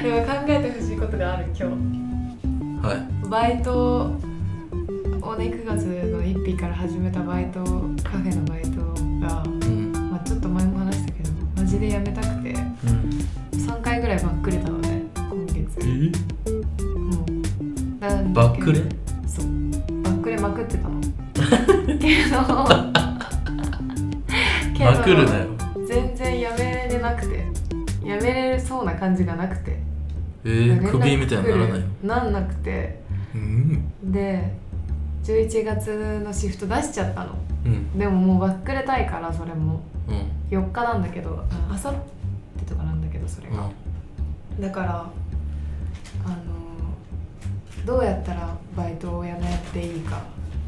でも考えてほしいことがある今日。 はいバイトをね、9月の1日から始めたバイト、カフェのバイトが、ちょっと前も話したけどマジで辞めたくて、3回ぐらいバックれたのね今月。もうなんだけどバックレ？ そうバックれまくってたのけどまくるなよ。 全然辞めれなくて、辞めれそうな感じがなくて、 首みたいにならないの？ なんなくて、で11月のシフト出しちゃったの、でももうバックれたいからそれも、4日なんだけど、あさってとかなんだけどそれが、だからどうやったらバイトを辞めていいか。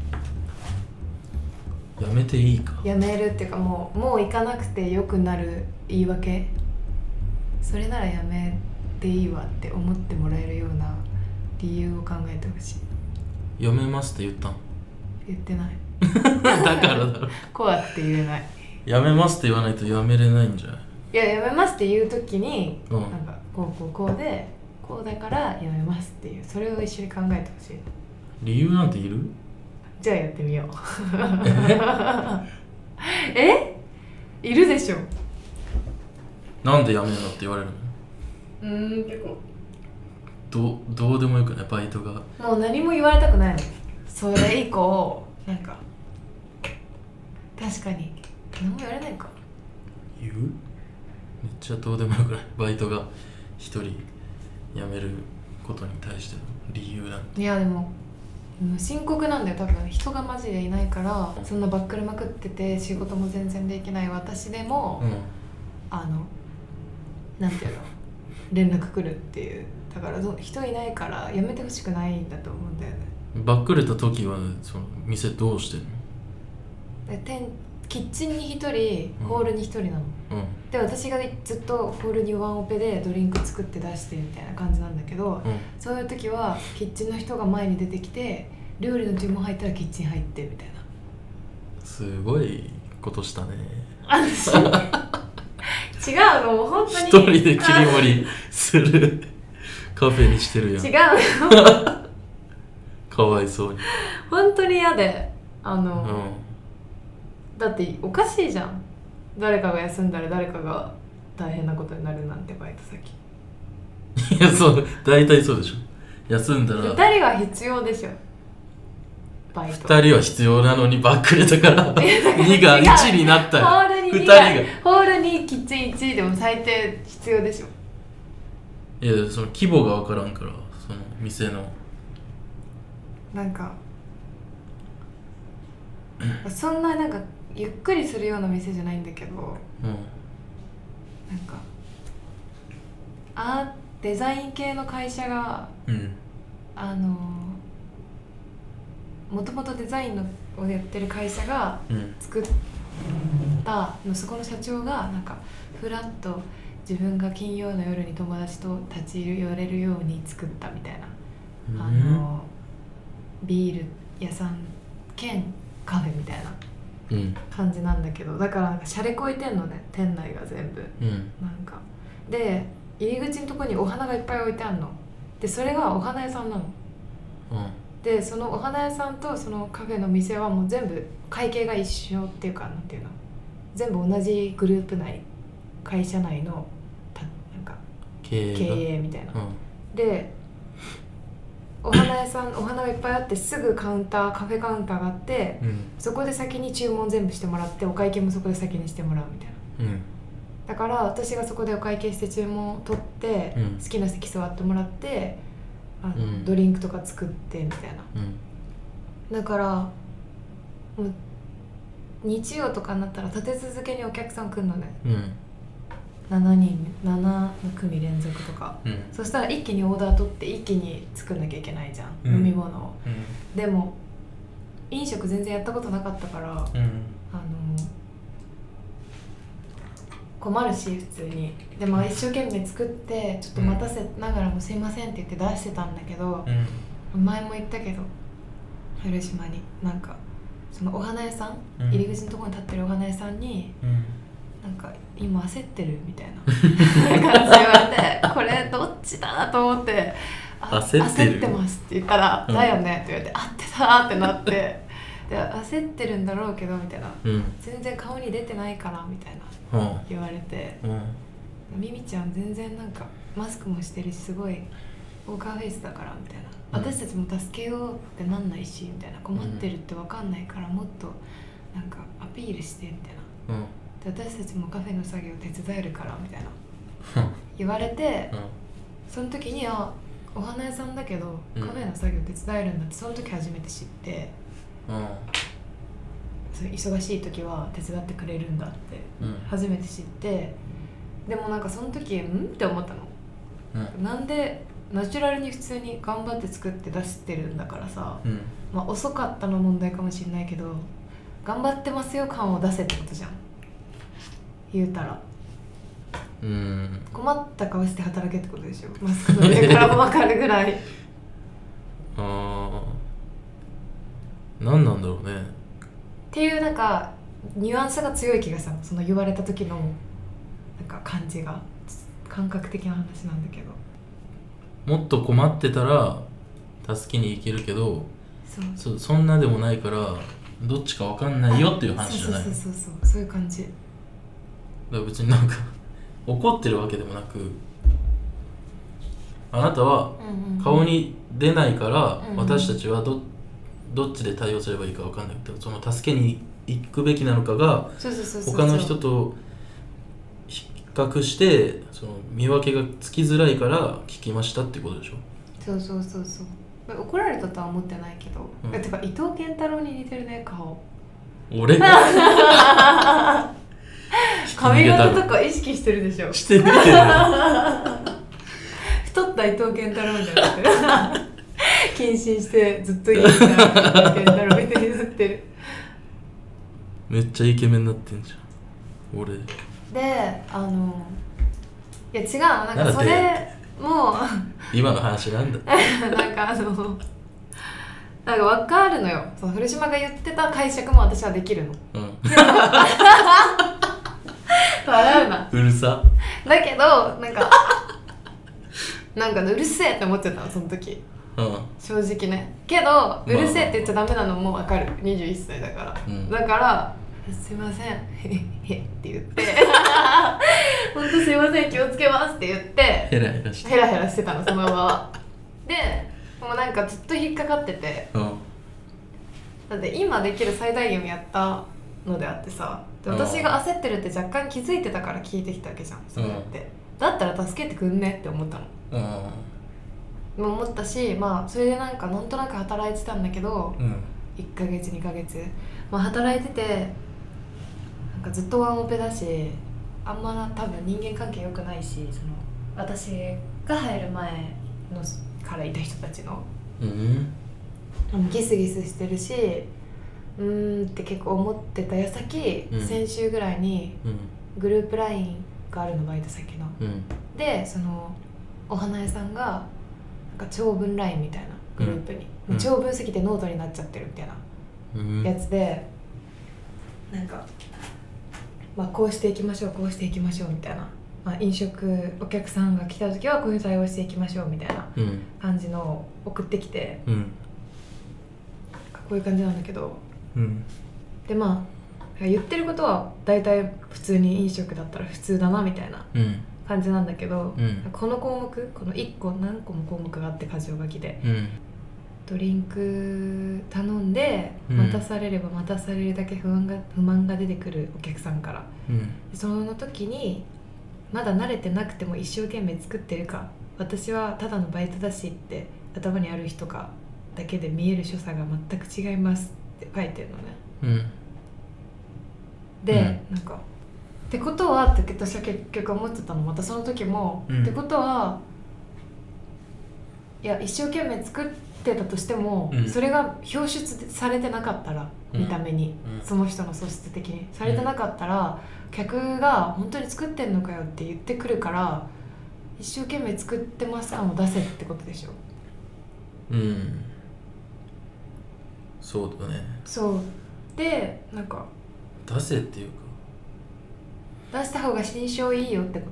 やめていいか。 辞めるっていうかもう行かなくてよくなる言い訳、それなら辞めていいわって思ってもらえるような理由を考えてほしい。 辞めますって言ったの？ 言ってないだからだろ怖くて言えない。 辞めますって言わないと辞めれないんじゃない？ いや辞めますって言うときに、 なんかこうでこうだから辞めますっていう、それを一緒に考えてほしい。 理由なんている？ じゃあやってみよういるでしょ。 なんで辞めるのって言われるの？ 結構どうでもよくない？バイトがもう何も言われたくないの。それ以降なんか確かに何も言われないか。 言う？めっちゃどうでもよくない？バイトが一人辞めることに対しての理由なんて。 いやでも深刻なんだよ多分。人がマジでいないから、そんなバックれまくってて仕事も全然できない私でも、なんていうの、連絡来るっていう。だから人いないから辞めてほしくないんだと思うんだよね。 バックれた時はその店どうしてんの？ キッチンに1人、ホールに1人なの、で私がずっとホールにワンオペでドリンク作って出してみたいな感じなんだけど、そういう時はキッチンの人が前に出てきて、料理の注文入ったらキッチン入ってみたいな。 すごいことしたね。 違うの、もう本当に一人で切り盛りするカフェにしてるやん。 違うのかわいそうに。 本当に嫌で、だっておかしいじゃん。誰かが休んだら誰かが大変なことになるなんて、バイト先。 いや、そう大体そうでしょ。休んだら 2人が必要でしょ。バイト 2人は必要なのにバックれたから2が1になったよ。 ホールに2がホールにキッチン1でも最低必要でしょ。 いや、その規模が分からんから、その店のなんかそんななんかゆっくりするような店じゃないんだけど、なんかデザイン系の会社が、もともとデザインをやってる会社が作ったの、そこの社長がなんかフラッと自分が金曜の夜に友達と立ち寄れるように作ったみたいな、ビール屋さん兼カフェみたいな感じなんだけど、だからなんかシャレこいてんのね、店内が全部、なんかで入り口のとこにお花がいっぱい置いてあるので、それがお花屋さんなの、でそのお花屋さんとそのカフェの店はもう全部会計が一緒っていうか、なんていうの、全部同じグループ内、会社内のなんか経営みたいな、でお花屋さん、お花がいっぱいあって、すぐカウンター、カフェカウンターがあって、そこで先に注文全部してもらって、お会計もそこで先にしてもらうみたいな、だから私がそこでお会計して注文を取って、好きな席座ってもらってドリンクとか作ってみたいな、だからもう日曜とかになったら立て続けにお客さん来るのね、7組連続とか、そしたら一気にオーダー取って一気に作んなきゃいけないじゃん、飲み物を、でも飲食全然やったことなかったから、困るし普通に。でも一生懸命作ってちょっと待たせながらもすいませんって言って出してたんだけど、前も言ったけど広島になんかそのお花屋さん、入り口のところに立ってるお花屋さんに、 なんか今焦ってるみたいな感じで言われてこれどっちだと思って焦ってますって言ったら、だよねって言われて合ってたってなってで焦ってるんだろうけどみたいな、全然顔に出てないからみたいな言われて、ミミちゃん全然なんかマスクもしてるしすごいポーカーフェイスだからみたいな、私たちも助けようってなんないしみたいな、困ってるって分かんないからもっとなんかアピールしてみたいな、で私たちもカフェの作業手伝えるからみたいな言われて、その時にお花屋さんだけどカフェの作業手伝えるんだってその時初めて知って、そう忙しい時は手伝ってくれるんだって初めて知って、でもなんかその時って思ったの、なんでナチュラルに普通に頑張って作って出してるんだからさ、まあ遅かったの問題かもしれないけど頑張ってますよ感を出せってことじゃん言うたら、困った顔して働けってことでしょ、マスクの上からも分かるぐらい何なんだろうねっていうなんかニュアンスが強い気がしたの、その言われた時のなんか感じが感覚的な話なんだけど、 もっと困ってたら助けに行けるけどそんなでもないからどっちか分かんないよっていう話じゃない。 そういう感じだから別になんか怒ってるわけでもなく、あなたは顔に出ないから私たちはどっちで対応すればいいか分かんないけど、その助けに行くべきなのかが他の人と比較してその見分けがつきづらいから聞きましたってことでしょ。 そう怒られたとは思ってないけど、てか伊藤健太郎に似てるね顔。 俺が髪型とか意識してるでしょ。 してねえよ太った伊藤健太郎みたいになってる謹慎してずっといいみたいな伊藤健太郎みたいになってるめっちゃイケメンになってんじゃん俺で。 いや違うなんかそれもう今の話なんだなんかなんか分かるのよ、その古島が言ってた解釈も私はできるの。笑うな。 うるさ。 だけどなんかうるせえって思っちゃったのその時。正直ね。けどうるせえって言っちゃダメなのも分かる。21歳だから。だからすいませんへって言って本当すいません気をつけますって言ってヘラヘラしてたのその場は。でもうなんかずっと引っかかってて、だって今できる最大限をやったのであってさ、私が焦ってるって若干気づいてたから聞いてきたわけじゃんそうやって、だったら助けてくんねって思ったの。思ったし、まあそれでなんとなく働いてたんだけど、1ヶ月2ヶ月、まあ、働いててなんかずっとワンオペだし、あんま多分人間関係良くないし、その私が入る前のからいた人たちの、ギスギスしてるしって結構思ってた矢先、先週ぐらいにグループ LINE があるのバイト先の、でそのお花屋さんがなんか長文 LINE みたいなグループに、長文すぎてノートになっちゃってるみたいなやつで、なんか、まあ、こうしていきましょうみたいな、まあ、飲食お客さんが来た時はこういう対応していきましょうみたいな感じのを送ってきて、こういう感じなんだけど、でまあ言ってることは大体普通に飲食だったら普通だなみたいな感じなんだけど、この項目この1個何個も項目があって箇条書きで、ドリンク頼んで待たされれば待たされるだけ不満が出てくるお客さんから、その時にまだ慣れてなくても一生懸命作ってるか、私はただのバイトだしって頭にある人かだけで見える所作が全く違いますって書いてるのね。で、なんかってことはって私は結局思ってたの。またその時も、ってことはいや一生懸命作ってたとしても、それが表出されてなかったら、見た目に、その人の素質的にされてなかったら、客が本当に作ってんのかよって言ってくるから、一生懸命作ってます感を出せってことでしょ。 そうだね。 そうでなんか出せっていうか出した方が心象いいよってこと？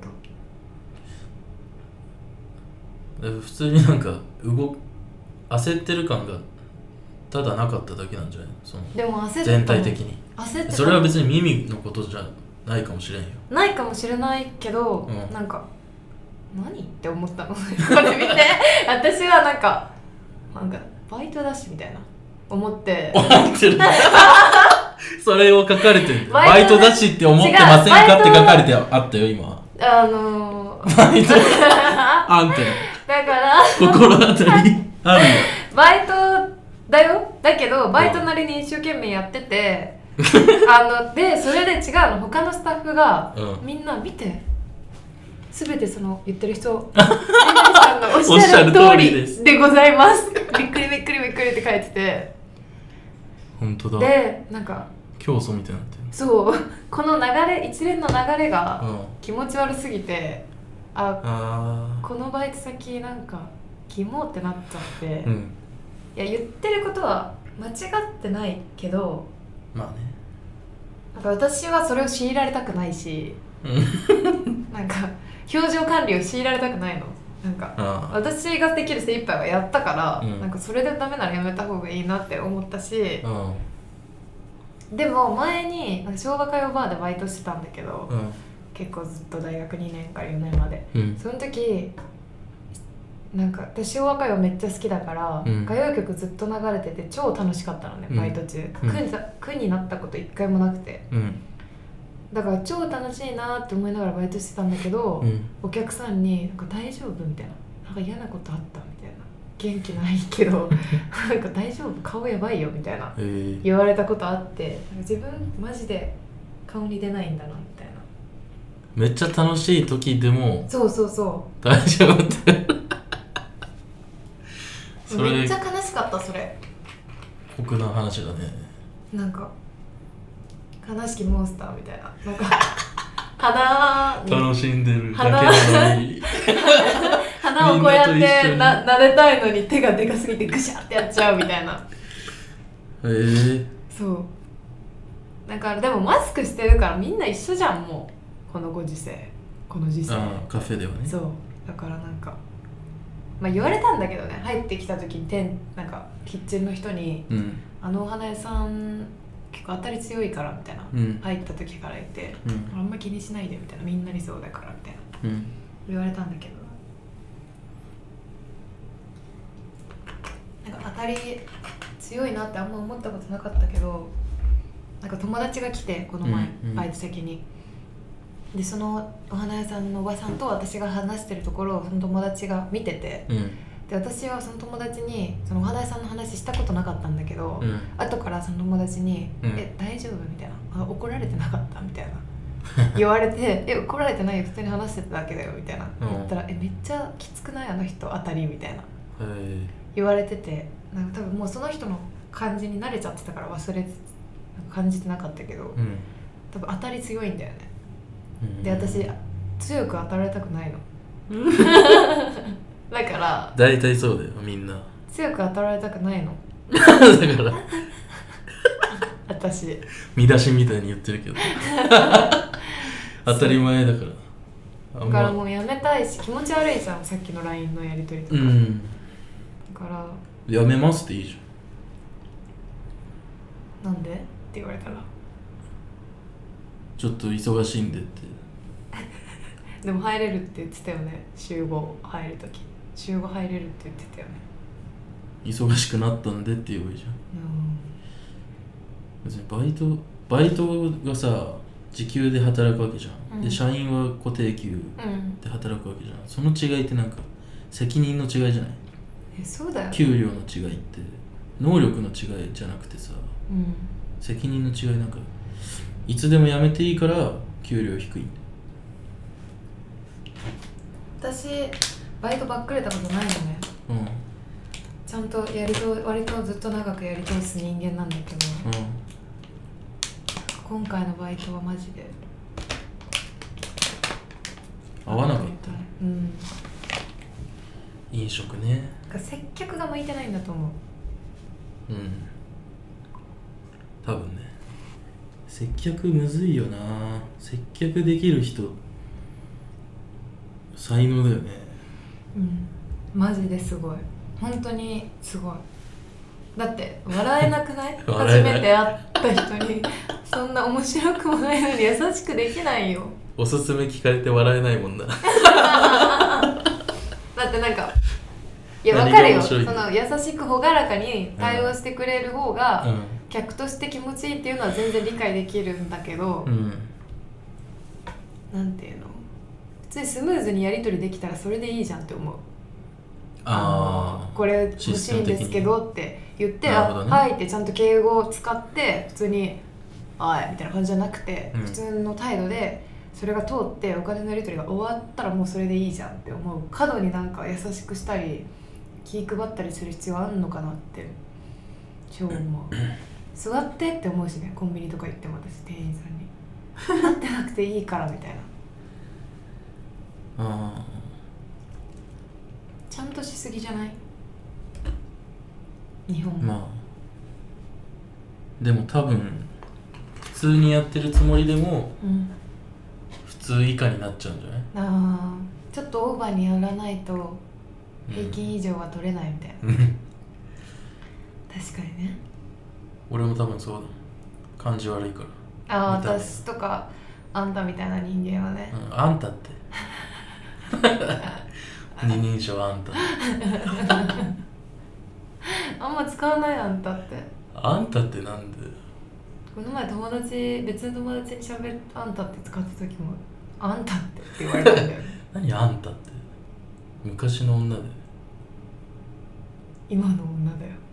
普通になんか焦ってる感がただなかっただけなんじゃないの？そのでも焦ってた全体的に焦ってた。 それは別に耳のことじゃないかもしれんよ。 ないかもしれないけど、なんか何って思ったのこれ見て私はなんかバイトだしみたいな思ってるそれを書かれてる。バイトだしって思ってませんかって書かれてあったよ今。バイトあんたのだから心当たりあるよ。 バイトだよ。だけどバイトなりに一生懸命やっててでそれで違うの。他のスタッフが、みんな見て全てその言ってる人みなりさんのおっしゃる通りでございますびっくりびっくりびっくりって書いてて、 本当だ。 でなんか競争みたいになってる。 そうこの流れ一連の流れが気持ち悪すぎて、このバイト先なんかキモってなっちゃって、いや言ってることは間違ってないけど、 まあね、 なんか私はそれを強いられたくないしなんか表情管理を強いられたくないの。なんか私ができる精一杯はやったから、なんかそれでダメならやめた方がいいなって思ったし、でも前になんか昭和歌謡バーでバイトしてたんだけど、結構ずっと大学2年から4年まで、その時なんか私昭和歌謡めっちゃ好きだから、歌謡曲ずっと流れてて超楽しかったのね、バイト中。苦になったこと一回もなくて、だから超楽しいなって思いながらバイトしてたんだけど、お客さんになんか大丈夫みたいな、なんか嫌なことあったみたいな、元気ないけどなんか大丈夫顔やばいよみたいな言われたことあって、自分マジで顔に出ないんだなみたいな。 めっちゃ楽しい時でもそう大丈夫ってそれめっちゃ悲しかった。それ酷な話だね。 なんか悲しきモンスターみたいな、なんか花に楽しんでるだけなのに花をこうやって撫でたいのに手がでかすぎてグシャってやっちゃうみたいな。そうだからでもマスクしてるからみんな一緒じゃん、もうこのご時世カフェではね。 そうだからなんかまあ言われたんだけどね、入ってきた時になんかキッチンの人に、あのお花屋さん結構当たり強いからみたいな、入った時から言って、あんま気にしないでみたいな、みんなにそうだからみたいな、言われたんだけど、なんか当たり強いなってあんま思ったことなかったけど、なんか友達が来てこの前、バイト先に、でそのお花屋さんのおばさんと私が話してるところをその友達が見てて、で私はその友達にそのお花屋さんの話したことなかったんだけど、後からその友達に「大丈夫?」みたいな「怒られてなかった?」みたいな言われて「怒られてないよ、普通に話してただけだよ」みたいな言ったら「めっちゃきつくないあの人当たり」みたいな言われてて、なんか多分もうその人の感じに慣れちゃってたから感じてなかったけど、多分当たり強いんだよね。で私強く当たられたくないのだから大体そうだよ、みんな強く当たられたくないのだから私見出しみたいに言ってるけど当たり前だから。 だからもうやめたいし、気持ち悪いじゃん、さっきの LINE のやり取りとか、だからやめますっていいじゃん。なんでって言われたらちょっと忙しいんでってでも入れるって言ってたよね、週5入るとき。週5入れるって言ってたよね。 忙しくなったんでって言えばいいじゃん。別にバイトがさ時給で働くわけじゃん、で社員は固定給で働くわけじゃん、その違いってなんか責任の違いじゃない？ そうだよ、 給料の違いって能力の違いじゃなくてさ、責任の違い。なんかいつでも辞めていいから給料低いんだよ。 私バイトばっくれたことないのね、ちゃんと割とずっと長くやり通す人間なんだけど、今回のバイトはマジで合わなかった。飲食ね、 接客が向いてないんだと思う。 多分ね、 接客むずいよな。接客できる人才能だよね。 マジですごい、本当にすごい。だって笑えなくない初めて会った人にそんな面白くもないのに優しくできないよ。 おすすめ聞かれて笑えないもんな。だってなんかいや分かるよ、その優しく朗らかに対応してくれる方が、客として気持ちいいっていうのは全然理解できるんだけど、なんていうの、普通にスムーズにやり取りできたらそれでいいじゃんって思う。これ欲しいんですけどって言って、はいってちゃんと敬語を使って普通にはいみたいな感じじゃなくて、普通の態度でそれが通ってお金のやり取りが終わったらもうそれでいいじゃんって思う。過度になんか優しくしたり気配ったりする必要あんのかなって超思う。座ってって思うしね、コンビニとか行っても私店員さんに立ってなくていいからみたいな。ちゃんとしすぎじゃない日本。 でも多分普通にやってるつもりでも、普通以下になっちゃうんじゃない？ ちょっとオーバーにやらないと平均以上は取れないみたいな、確かにね。 俺も多分そうだ、感じ悪いから。 私とかあんたみたいな人間はね、 あんたって二人称あんたあんま使わない。あんたってあんたってなんで？ この前別の友達にあんたって使った時もあんたって言われたんだよね。 何あんたって？昔の女で今の女だよ。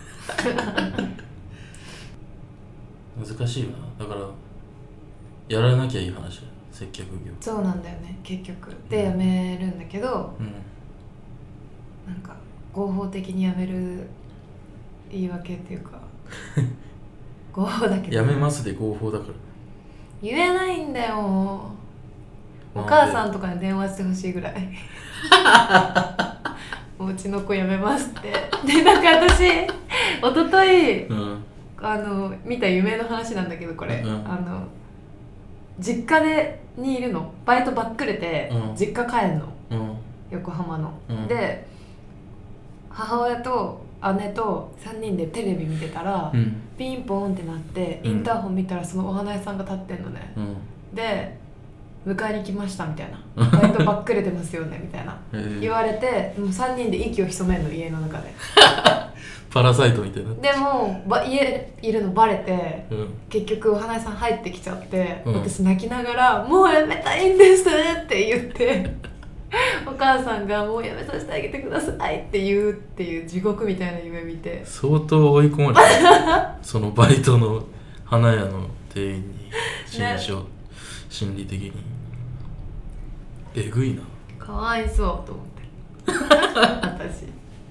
難しいよな。だからやらなきゃいい話だよ、接客業。 そうなんだよね結局。で辞めるんだけど、なんか合法的に辞める言い訳っていうか合法だけど辞めますで合法だから言えないんだよ。お母さんとかに電話してほしいぐらい。おうちの子辞めますって。でなんか私一昨日見た夢の話なんだけど、これ、実家にいるの。バイトばっくれて、実家帰んの、横浜の、で母親と姉と3人でテレビ見てたら、ピンポンってなってインターホン見たらそのお花屋さんが立ってんのね、で迎えに来ましたみたいな、バイトばっくれてますよねみたいな言われて、もう3人で息を潜めんの家の中で。 パラサイトみたいな。 でも家いるのバレて、結局お花屋さん入ってきちゃって、私泣きながらもうやめたいんですって言ってお母さんがもうやめさせてあげてくださいって言うっていう地獄みたいな夢見て、 相当追い込まれた。そのバイトの花屋の店員に心理的にえぐいな。 かわいそうと思って私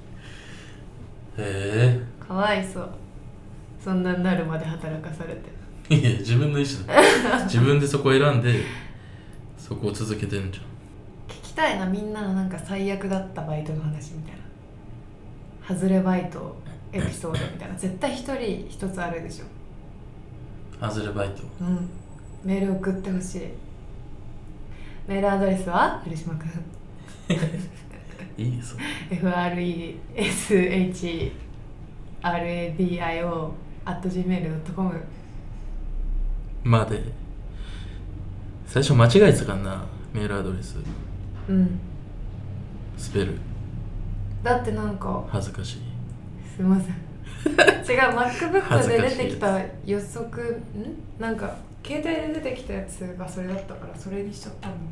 かわいそう、そんなになるまで働かされて。 いや自分の意思だ。自分でそこ選んでそこを続けてるんじゃん。 聞きたいな、みんなのなんか最悪だったバイトの話みたいな、外れバイトエピソードみたいな。絶対一人一つあるでしょ、 外れバイト。 メール送ってほしい。メールアドレスは古島くんいいそれ。 FRESHRADIO@gmail.com まで。最初間違えてたかな、メールアドレス。スペルだってなんか恥ずかしい。 すいません違う、MacBook で出てきた予測なんか携帯で出てきたやつがそれだったからそれにしちゃったの。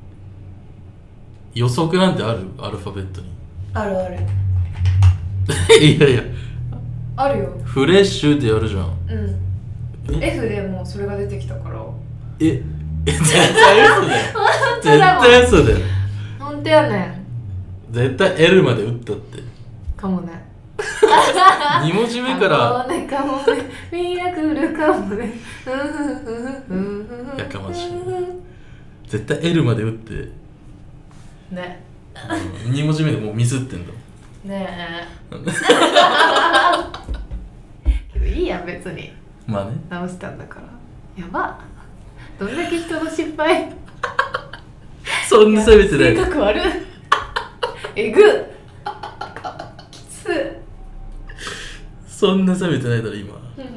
予測なんてある？アルファベットに。 あるあるいやいやあるよ。 フレッシュってやるじゃん。 F でもそれが出てきたから。 絶対嘘だよ。絶対嘘だよ。 本当やねん。 絶対 L まで打ったってかもね。 2文字目からかもねミラクルかもねやかましい。絶対 L まで打ってね、 2文字目でもうミスってんだねえけどいいやん別に。 まあね、 直したんだから。 やばどんだけ人の失敗そんな責めてない。 性格悪いえぐきつそんな責めてないだろ今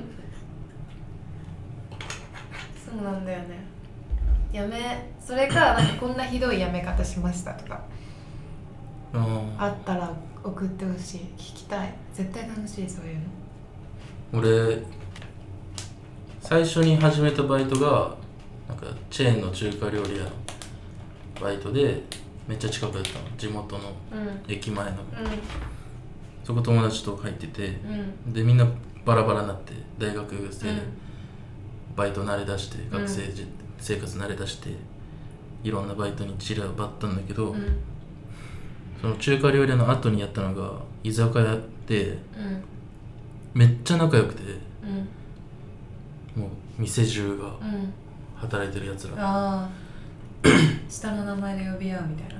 そうなんだよね。それかなんかこんなひどいやめ方しましたとかあったら送ってほしい。聞きたい。絶対楽しいそういうの。俺最初に始めたバイトがなんかチェーンの中華料理屋のバイトでめっちゃ近くだったの。地元の駅前の、そこ友達と入ってて、でみんなバラバラになって大学生でバイト慣れ出して、学生生活慣れ出していろんなバイトに散らばったんだけど、その中華料理屋の後にやったのが居酒屋で、めっちゃ仲良くて、もう店中が働いてるやつら、 あ下の名前で呼び合うみたいな。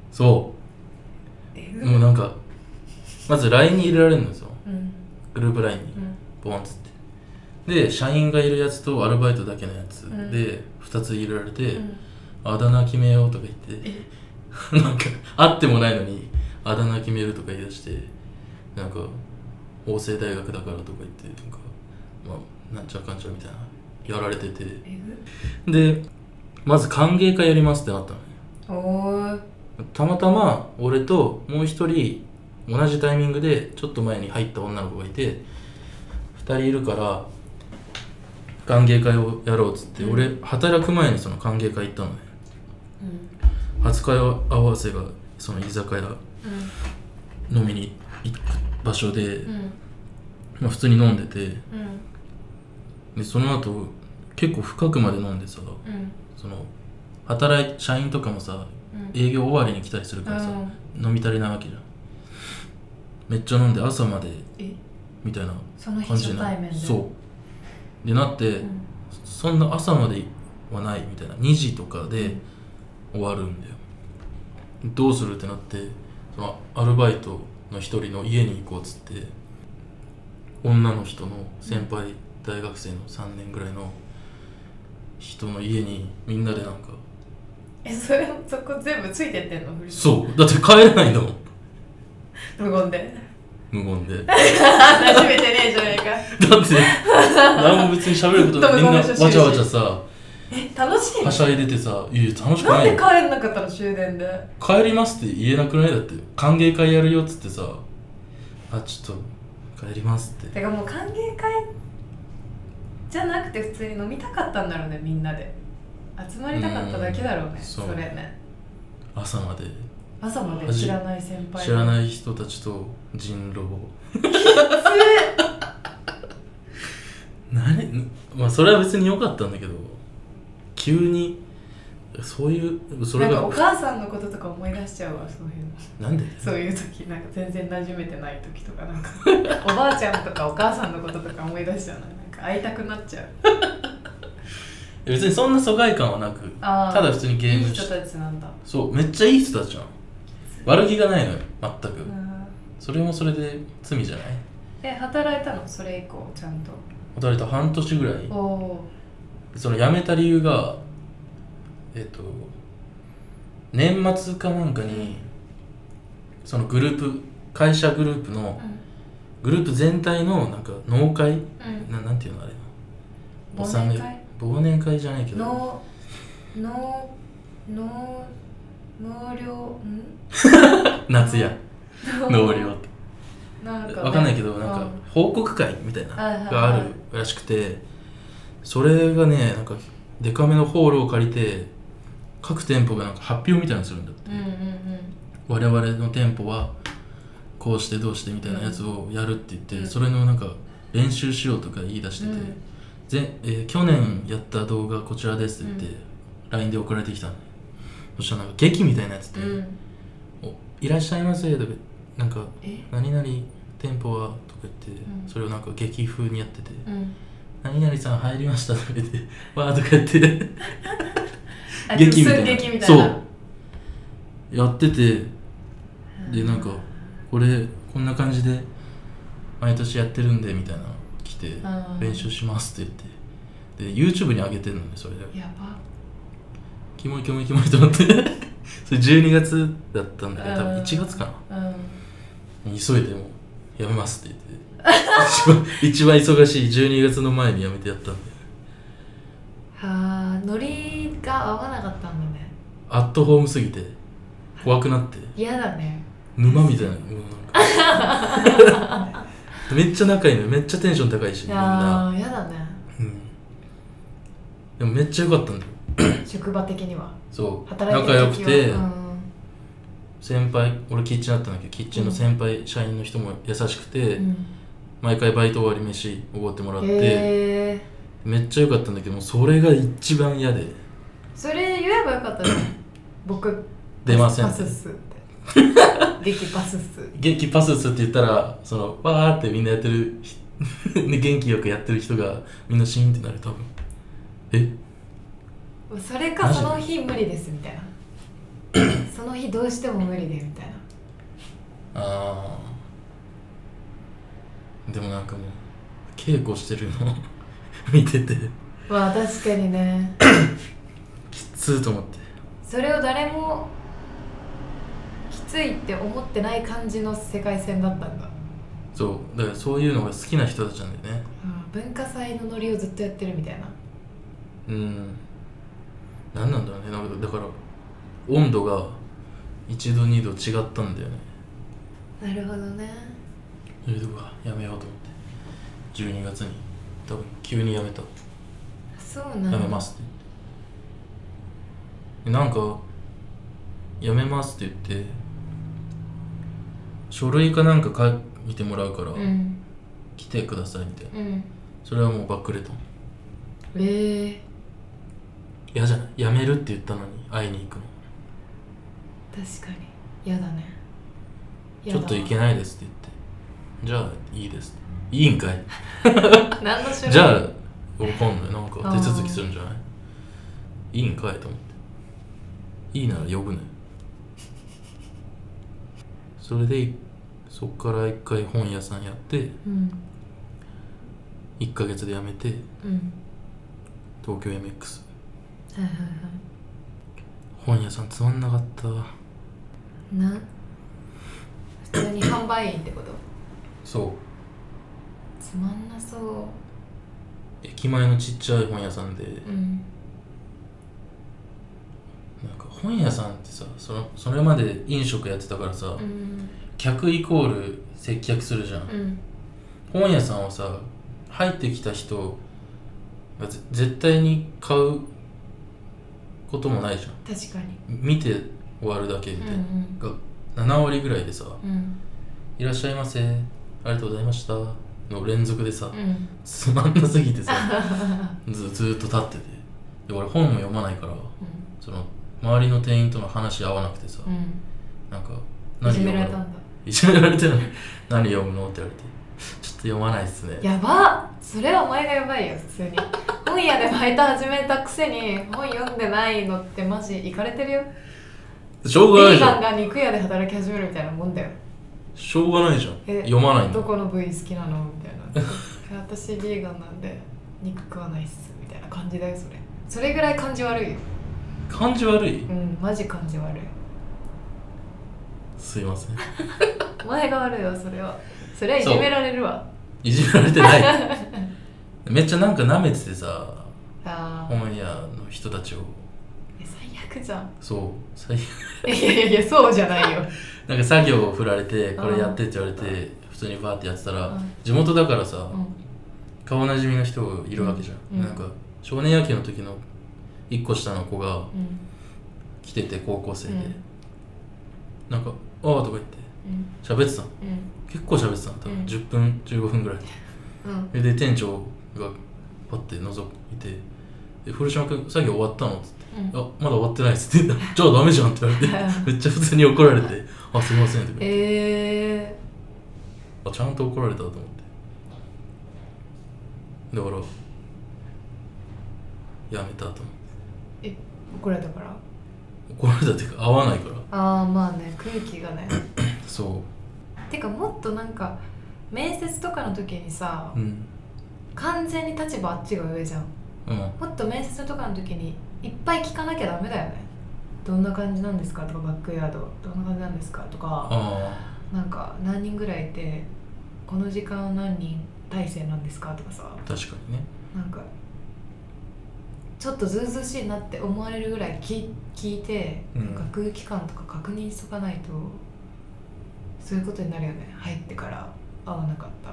そうもうなんかまず LINE に入れられるんですよ、グループ LINE に、ボンっつってで社員がいるやつとアルバイトだけのやつで2つ入れられて、あだ名決めようとか言ってなんか会ってもないのにあだ名決めるとか言い出して、なんか法政大学だからとか言ってなんか、まあ、なんちゃかんちゃみたいなやられてて、でまず歓迎会やりますってなったのね。たまたま俺ともう一人同じタイミングでちょっと前に入った女の子がいて、2人いるから歓迎会をやろうっつって、俺働く前にその歓迎会行ったのね、初会合わせがその居酒屋、飲みに行く場所で、まあ、普通に飲んでて、でその後結構深くまで飲んでさ、その社員とかもさ、営業終わりに来たりするからさ、飲み足りないわけじゃん。めっちゃ飲んで朝までみたいな感じになって、そうでなって、そんな朝まではないみたいな、2時とかで終わるんだよ。どうするってなって、そのアルバイトの一人の家に行こうっつって、女の人の先輩、大学生の3年ぐらいの人の家にみんなでなんか、 そこ全部ついてってんの？ そうだって帰れないんだもん無言で馴染めてねえじゃねえかだって何も別に喋ることでみんなわちゃわちゃさ、 楽しいの？ はしゃいでてさ、いや楽しくないよ。 なんで帰んなかったの？終電で帰りますって言えなくない？だって歓迎会やるよっつってさ、あちょっと帰りますって。 てかもう歓迎会じゃなくて普通に飲みたかったんだろうね。みんなで集まりたかっただけだろうね。それね、朝まで知らない先輩、 知らない人たちと人狼まあそれは別に良かったんだけど、急にそういうそれがなんかお母さんのこととか思い出しちゃうわ。そういうのなんでそういう時なんか全然馴染めてない時とかなんかおばあちゃんとかお母さんのこととか思い出しちゃう。なんか会いたくなっちゃう別にそんな疎外感はなく、ただ普通にゲームして、 いい人たちなんだ。 そうめっちゃいい人たちじゃん。悪気がないのよ全く。それもそれで罪じゃない？ 働いたの？それ以降ちゃんと働いた。半年ぐらい。その辞めた理由が年末かなんかにそのグループ、会社グループの、グループ全体のなんか納会、なんていうのあれ、忘年会じゃないけど納涼夏や納涼ってなんか、わかんないけどなんか報告会みたいながあるらしくて、それがねなんかデカめのホールを借りて各店舗がなんか発表みたいなのするんだって、我々の店舗はこうしてどうしてみたいなやつをやるって言って、それのなんか練習しようとか言い出してて、去年やった動画こちらですって言って、LINE で送られてきたの。そしたらなんか劇みたいなやつで、いらっしゃいませとか、なんか何々店舗はとか言って、それをなんか劇風にやってて、何々さん入りましたとか言ってわーとか言って劇みたいな、そうやってて、でなんかこんな感じで毎年やってるんでみたいなの来て、練習しますって言って、 で YouTube に上げてんのねそれでやばキモいと思ってそれ12月だったんだけど多分1月かな、急いでもうやめますって言って一番忙しい12月の前にやめてやったんではあノリが合わなかったんだねアットホームすぎて怖くなって嫌だね沼みたいなもうなんかめっちゃ仲いいのめっちゃテンション高いしみんな嫌だね、 でもめっちゃ良かったんだよ職場的にはそう働いて仲良くて、先輩俺キッチンだったんだけどキッチンの先輩、社員の人も優しくて、毎回バイト終わり飯おごってもらって、めっちゃ良かったんだけどもそれが一番嫌でそれ言えばよかったじゃん僕出ませんパスっすって激パスっす元気パスっすって言ったらそのわーってみんなやってる元気よくやってる人がみんなシーンってなる多分それかその日無理ですみたいなその日どうしても無理でみたいなでもなんかもう稽古してるの見ててまあ確かにねきつーと思ってそれを誰もきついって思ってない感じの世界線だったんだそうだからそういうのが好きな人たちなんだよね、 文化祭のノリをずっとやってるみたいな何なんだろうねなんかだから温度が1度2度違ったんだよねなるほどねそれでやめようと思って12月に多分急にやめたそうなんだやめますって言ってなんかやめますって言って書類かなんか書いてもらうから、来てくださいみたいな、それはもうバックレた嫌じゃないやめるって言ったのに会いに行くの確かに嫌だねちょっと行けないですって言ってじゃあいいですいいんかい何の種類じゃあわかんないなんか手続きするんじゃないいいんかいと思っていいなら呼ぶねそれでそっから一回本屋さんやって、1ヶ月で辞めて、東京 MX、本屋さんつまんなかった普通に販売員ってことそうつまんなそう駅前のちっちゃい本屋さんで、なんか本屋さんってさそれまで飲食やってたからさ、客イコール接客するじゃん、本屋さんはさ入ってきた人が絶対に買うこともないじゃん確かに見て終わるだけみたいな、が7割ぐらいでさ、いらっしゃいませありがとうございましたの連続でさ、つまんなすぎてさずっと立っててで俺本も読まないから、その周りの店員との話合わなくてさ、なんかいじめられたんだいじめられてるの何読むのって言われてちょっと読まないっすねやばっそれはお前がやばいよ普通に本屋でバイト始めたくせに本読んでないのってマジイカれてるよしょうがないじゃんビーガンが肉屋で働き始めるみたいなもんだよしょうがないじゃん読まないのどこの部位好きなのみたいな私ビーガンなんで肉食わないっすみたいな感じだよそれぐらい感じ悪いよ感じ悪いマジ感じ悪いすいませんお前が悪いわそれはいじめられるわいじめられてないめっちゃなんか舐めててさ本屋の人たちを最悪じゃんそう最悪いやそうじゃないよなんか作業を振られてこれやってって言われて普通にバーってやってたら地元だからさ顔なじみの人がいるわけじゃん、なんか少年野球の時の1個下の子が来てて高校生で、なんか「ああ」とか言って喋ってたの、結構喋ってたの多分10分15分ぐらい、で店長がパッて覗いて「古島君作業終わったの?」っつって「あまだ終わってない」っつって「じゃあダメじゃん」って言われてめっちゃ普通に怒られて「あすいません」って言ってあちゃんと怒られたと思ってだからやめたと思って怒られたから怒られたっていうか合わないからまあね空気がねそうてかもっとなんか面接とかの時にさ、完全に立場あっちが上じゃんもっと面接とかの時にいっぱい聞かなきゃダメだよね。どんな感じなんですかとか、バックヤードどんな感じなんですかとか、なんか何人ぐらいいてこの時間何人体制なんですかとかさ。 確かにね。 なんかちょっとずうずうしいなって思われるぐらい聞いて、なんか空気感とか確認しとかないとそういうことになるよね。入ってから合わなかった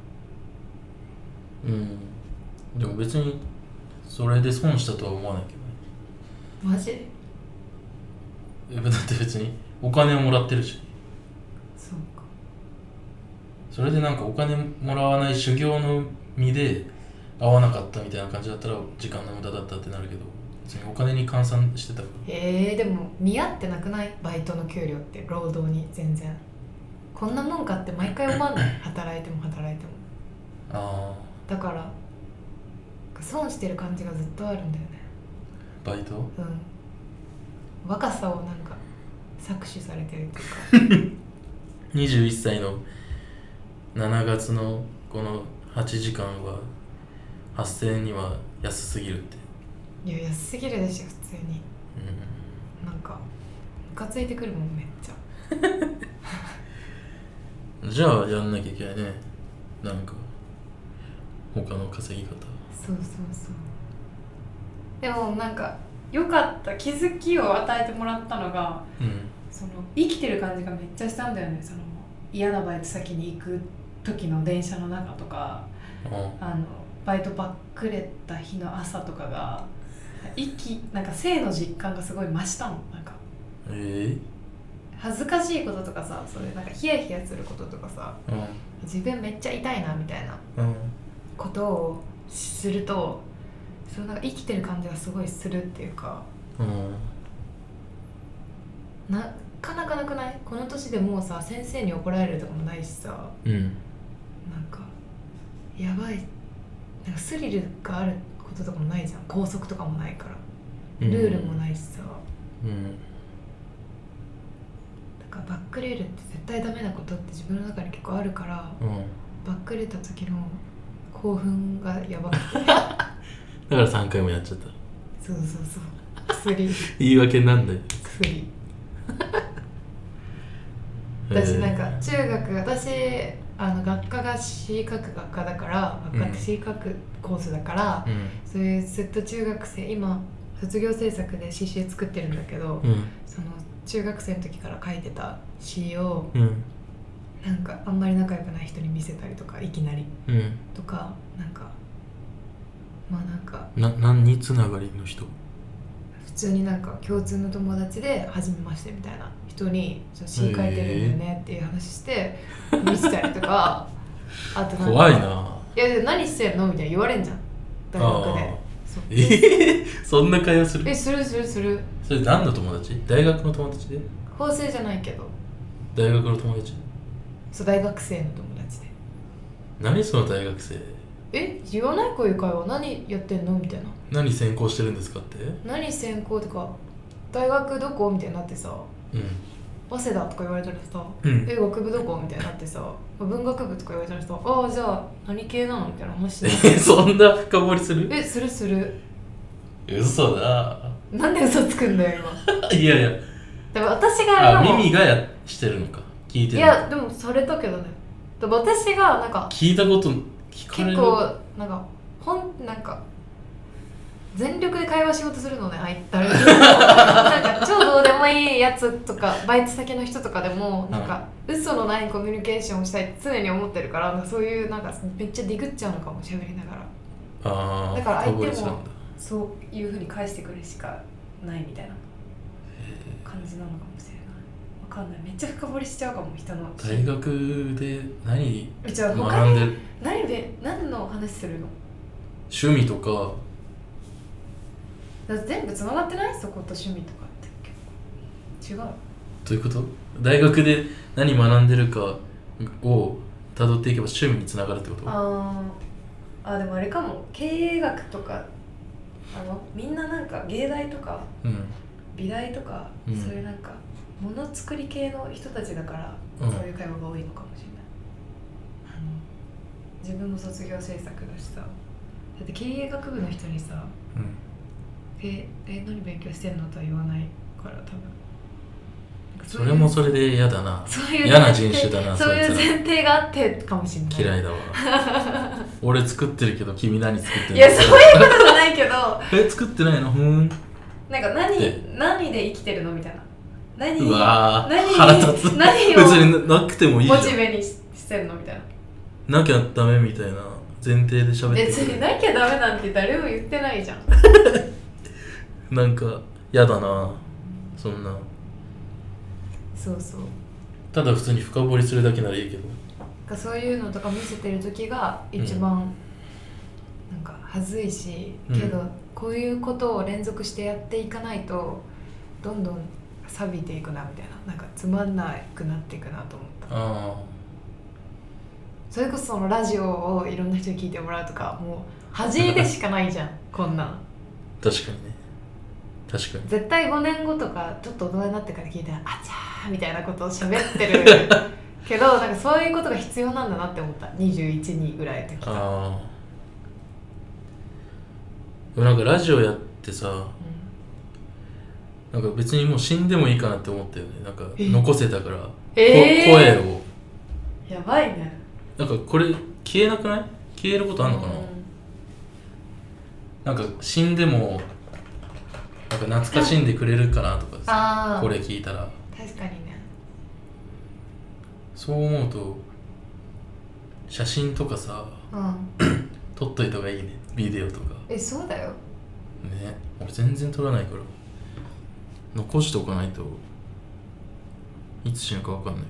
みたいな。 でも別にそれで損したとは思わないけどね。 マジ？ だって別にお金をもらってるし。 そうか。 それでなんかお金もらわない修行の身で合わなかったみたいな感じだったら時間の無駄だったってなるけど、別にお金に換算してたから。 でも見合ってなくない？バイトの給料って労働に全然こんなもんかって毎回思わない？働いてもだから損してる感じがずっとあるんだよね。 バイト？ 若さをなんか搾取されてるっていうか 21歳の7月のこの8時間は8000円には安すぎるって。 いや安すぎるでしょ普通に。なんかムカついてくるもんめっちゃじゃあやんなきゃいけないね。なんか他の稼ぎ方。 そうでもなんか良かった気づきを与えてもらったのが、その生きてる感じがめっちゃしたんだよね。その嫌なバイト先に行く時の電車の中とか、バイトばっくれた日の朝とかがなんか生の実感がすごい増したの。なんか恥ずかしいこととかさ、それなんかヒヤヒヤすることとかさ、自分めっちゃ痛いなみたいなことをすると、そうなんか生きてる感じがすごいするっていうか、なかなかなくない？この年でもうさ、先生に怒られるとかもないしさ、なんかやばい、なんかスリルがあることとかもないじゃん。校則とかもないから、ルールもないしさ、だからバックレールって絶対ダメなことって自分の中に結構あるから、バックれた時の興奮がやばくてだから3回もやっちゃった。 そう薬言い訳なんだよ。 薬私なんか私学科が詩書く学科だから、学科って詩書くコースだから、そういうずっと中学生、今卒業制作で詩集作ってるんだけど、その中学生の時から書いてた詩を、なんかあんまり仲良くない人に見せたりとか、いきなり、とか、なんかまあなんか何つながりの人？ 普通になんか共通の友達で初めましてみたいな人に詩書いてるんだよねっていう話して見せたりとかあとなんか怖いな。 いや何してんのみたいな言われんじゃん、大学で。 そんな会話する？ する。 それ何の友達？大学の友達で？ 法政じゃないけど大学の友達？ そう大学生の友達で。 何その大学生？ 言わない？こういう会話何やってんのみたいな。 何専攻してるんですかって？ 何専攻とか大学どこみたいになってさ、早稲田とか言われたらさ、学部どこみたいになってさ、文学部とか言われたらさ、じゃあ何系なのみたいな話でそんな深掘りする？ する。 嘘だ。 なんで嘘つくんだよ今いやでも私が耳がしてるのか聞いてるのか。 いやでもされたけどね。でも私がなんか聞いたこと聞かれる。 結構なんか全力で会話しようとするのね、なんか超どうでもいいやつとかバイト先の人とかでもなんか嘘のないコミュニケーションをしたいって常に思ってるから、そういうなんかめっちゃディグっちゃうのかも、喋りながら。だから相手もそういう風に返してくるしかないみたいな感じなのかもしれない。わかんない、めっちゃ深掘りしちゃうかも人の。 大学で何学んでる？ 何の話するの？ 趣味とか。 だって全部つながってない？そこと趣味とかって結構違う。 どういうこと？大学で何学んでるかをたどっていけば趣味につながるってこと？ でもあれかも、経営学とかみんななんか芸大とか、美大とか、そういうなんかものづくり系の人たちだから、そういう会話が多いのかもしれない。自分も卒業制作だしさ、 って経営学部の人にさ、何勉強してんのとは言わないから多分それもそれで嫌だな。嫌な人種だな。 そういう前提があってかもしれない。 嫌いだわ俺作ってるけど君何作ってんの。 いやそういうことじゃないけど作ってないのなんか何で生きてるのみたいな。 うわー腹立つ。何を別になくてもいいじゃん。 モチベにしてるのみたいな。なきゃダメみたいな前提で喋ってる。 別になきゃダメなんて誰も言ってないじゃんなんか嫌だなそんな。 そうそう。 ただ普通に深掘りするだけならいいけど。 そういうのとか見せてる時が一番なんか恥ずいし、けどこういうことを連続してやっていかないとどんどん錆びていくなみたいな、なんかつまんなくなっていくなと思った。それこそそのラジオをいろんな人に聞いてもらうとかもう恥でしかないじゃんこんなん。 確かにね。確かに絶対5年後とかちょっと大人になってから聞いたらあちゃーみたいなことを喋ってるけどなんかそういうことが必要なんだなって思った。21、2ぐらいの時から。 でもなんかラジオやってさ、なんか別にもう死んでもいいかなって思ったよね。なんか残せたから、声を。 やばいね。 なんかこれ消えなくない？消えることあんのかな？なんか死んでもなんか懐かしんでくれるかなとかさ、これ聞いたら。 確かにね。 そう思うと写真とかさ、撮っといた方がいいね。ビデオとか。 そうだよね。俺全然撮らないから残しておかないといつ死ぬか分かんないから。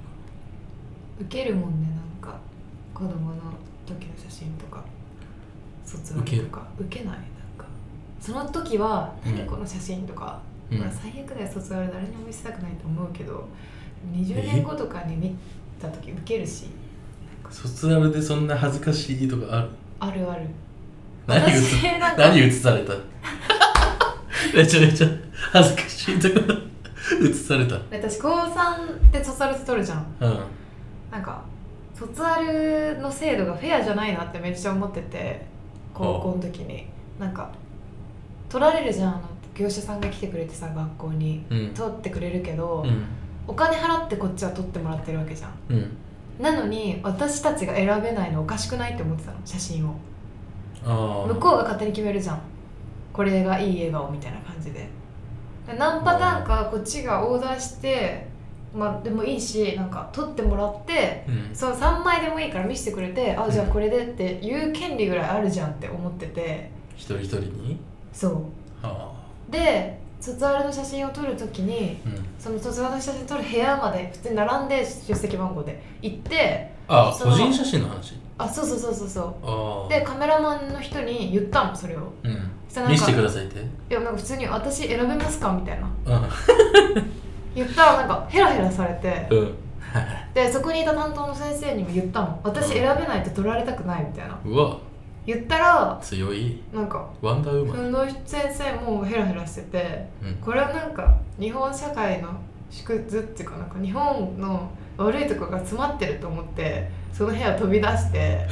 ウケるもんね。なんか子供の時の写真とか卒アルとかウケない。なんかその時は何この写真とか、最悪だよ。卒アル誰にも見せたくないと思うけど20年後とかに見た時ウケるし。 卒アルでそんな恥ずかしいとかある？ あるある。 何映されためちゃめちゃ恥ずかしいとこ映された。 私高3で卒アルって取るじゃん。なんか卒アルの制度がフェアじゃないなってめっちゃ思ってて、高校の時になんか取られるじゃん。業者さんが来てくれてさ、学校に、取ってくれるけど、お金払ってこっちは取ってもらってるわけじゃん、なのに私たちが選べないのおかしくないって思ってたの。写真を向こうが勝手に決めるじゃん。これがいい笑顔みたいな感じで何パターンかこっちがオーダーして、でもいいし、なんか撮ってもらって、その3枚でもいいから見せてくれて、じゃあこれでっていう権利ぐらいあるじゃんって思ってて、 一人一人に。 そうで卒アルの写真を撮るときに、その卒アルの写真撮る部屋まで普通に並んで出席番号で行って、 個人写真の話。 そうでカメラマンの人に言ったのそれを、 見せてくださいって。 いやなんか普通に私選べますかみたいな、言ったらなんかヘラヘラされて、でそこにいた担当の先生にも言ったの。私選べないと取られたくないみたいな。 うわ言ったら強い。 なんかワンダーウーマン。 その先生もヘラヘラしてて、これはなんか日本社会の縮図っていうか、なんか日本の悪いところが詰まってると思ってその部屋飛び出して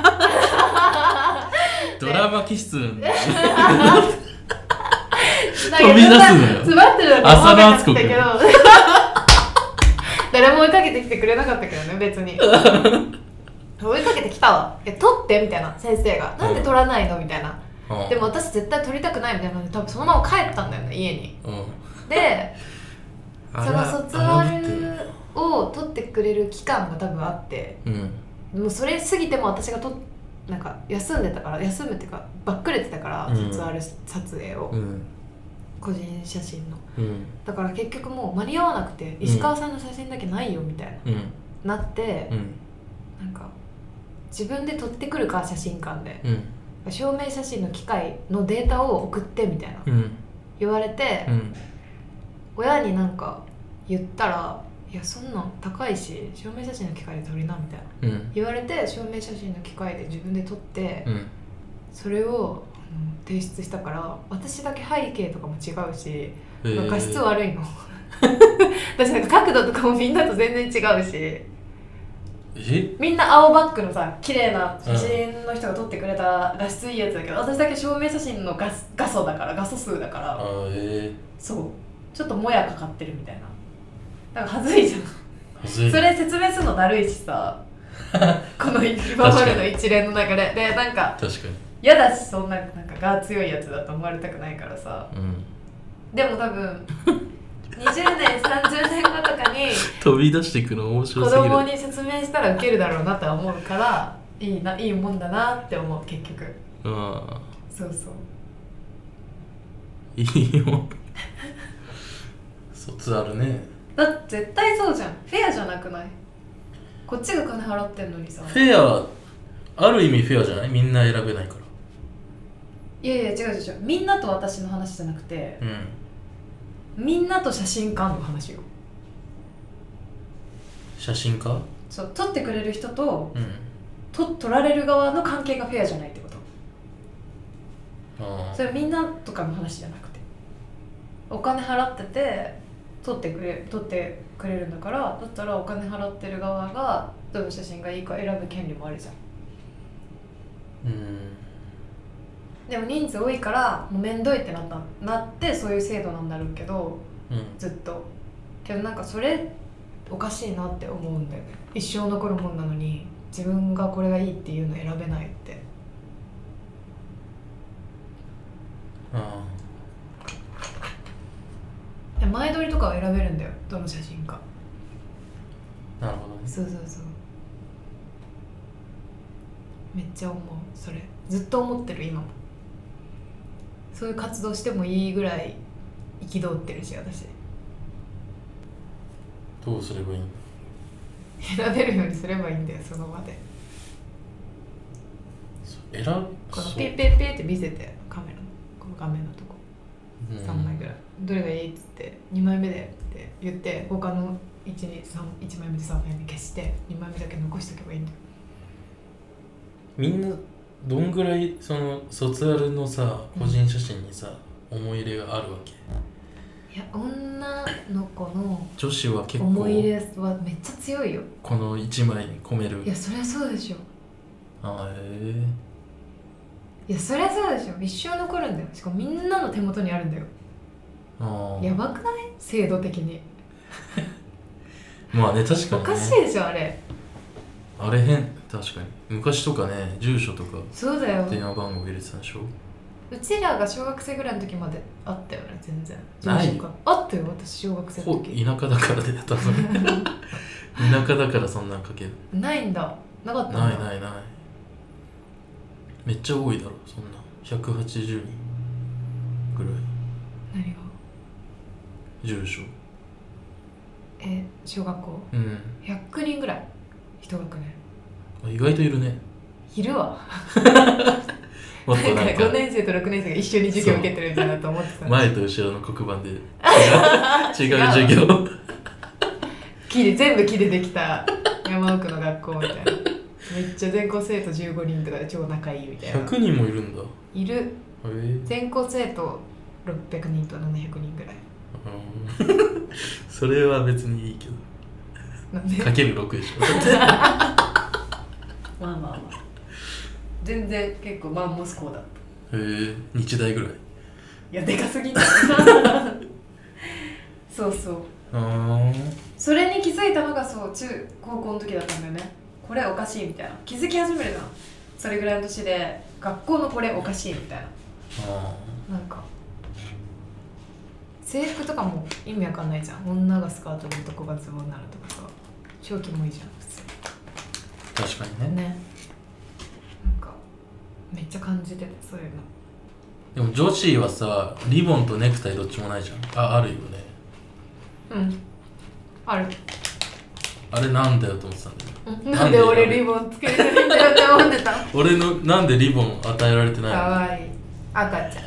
ドラマ気質なんだよ飛び出すのよ。詰まってるのか思わなかったけど誰も追いかけてきてくれなかったけどね、別に追いかけてきたわ。撮ってみたいな、先生がなんで撮らないのみたいな、でも私絶対撮りたくないみたいなので多分そのまま帰ったんだよね、家に。でその卒アルを撮ってくれる期間が多分あって、もうそれ過ぎても私がなんか休んでたから、休むっていうかばっくれてたから、卒アル撮影を、個人写真の、だから結局もう間に合わなくて、石川さんの写真だけないよみたいな、なって、なんか自分で撮ってくるか写真館で、証明写真の機械のデータを送ってみたいな、言われて、親になんか言ったら、いやそんなん高いし証明写真の機械で撮りなみたいな、言われて証明写真の機械で自分で撮って、それを提出したから、私だけ背景とかも違うし、画質悪いの私なんか角度とかもみんなと全然違うし。 みんな青バックのさ綺麗な写真の人が撮ってくれた画質いいやつだけど、私だけ証明写真の画素だから画素数だから、そうちょっともやかかってるみたいな。だからはずいじゃん。それ説明するのだるいしさこの今までの一連の中でなんか確かに嫌だし、そんなんかが強いやつだと思われたくないからさ、でも多分20年30年後とかに飛び出していくの面白すぎる。 子供に説明したらウケるだろうなとは思うから、いいもんだなって思う結局。そうそういいもん卒あるね。 だって絶対そうじゃん。フェアじゃなくない？こっちが金払ってんのにさ。 フェアある意味フェアじゃない？みんな選べないから。 いやいや違うみんなと私の話じゃなくて、みんなと写真館の話よ。 写真家？ そう、撮ってくれる人と、撮られる側の関係がフェアじゃないってこと。それみんなとかの話じゃなくて、お金払ってて撮ってくれるんだから、だったらお金払ってる側がどの写真がいいか選ぶ権利もあるじゃん。でも人数多いからもうめんどいってなってそういう制度なんだろうけど、ずっとけどなんかそれおかしいなって思うんだよね。一生残るもんなのに自分がこれがいいっていうの選べないって。前撮りとかは選べるんだよ、どの写真か。 なるほどね。 そうめっちゃ思う。それずっと思ってる。今もそういう活動してもいいぐらい憤ってるし、私。 どうすればいいの？ 選べるようにすればいいんだよ、その場で。このピッピッピッって見せて、カメラのこの画面のとこ、3枚ぐらいどれがいいっつって2枚目でって言って、他の1枚目で3枚目消して2枚目だけ残しとけばいいんだよ。 みんなどんぐらいその卒アルのさ個人写真にさ、思い入れがあるわけ？ いや、女の子の女子は結構思い入れはめっちゃ強いよ。 この1枚に込める。 いや、そりゃそうでしょ。いや、そりゃそうでしょ。一生残るんだよ。しかもみんなの手元にあるんだよ。やばくない？制度的にまあね、確かにね。 おかしいでしょ、あれ変。確かに昔とかね、住所とかそうだよ、 電話番号入れてたでしょ。 うちらが小学生ぐらいの時まであったよね。全然ないあったよ、私小学生の時。 田舎だからでやったの田舎だからそんなんかける。 ないんだ。なかったんだ。 ないめっちゃ多いだろ、そんな180人ぐらい。 何が？ 住所。 小学校100人ぐらい一学年。 意外といるね。 いるわもっとなんか 5年生と6年生が一緒に授業受けてるんだなと思ってた。 前と後ろの黒板で違う授業全部木でできた山奥の学校みたいな。めっちゃ全校生徒15人とかで超仲いいみたいな。 100人もいるんだ。 いる。全校生徒600人と700人ぐらい。 それは別にいいけど。 なんで？ かける6でしょまあ全然結構マンモス校だった。 日大ぐらい。 いや、でかすぎんだそうそれに気づいたのが中高校の時だったんだよね。これおかしいみたいな。気づき始めるな。それぐらいの年で学校のこれおかしいみたいな。なんか制服とかも意味わかんないじゃん。女がスカートで男がズボンになるとかさ、超キモいじゃん普通。確かにね。 なんかめっちゃ感じてて、そういうの。 でも女子はさ、リボンとネクタイどっちもないじゃん。あるよね。 ある。 あれなんだよと思ってたんだよ。 なんで俺リボンつけてるんだよって思ってた俺のなんでリボン与えられてないの？ かわいい赤ちゃん。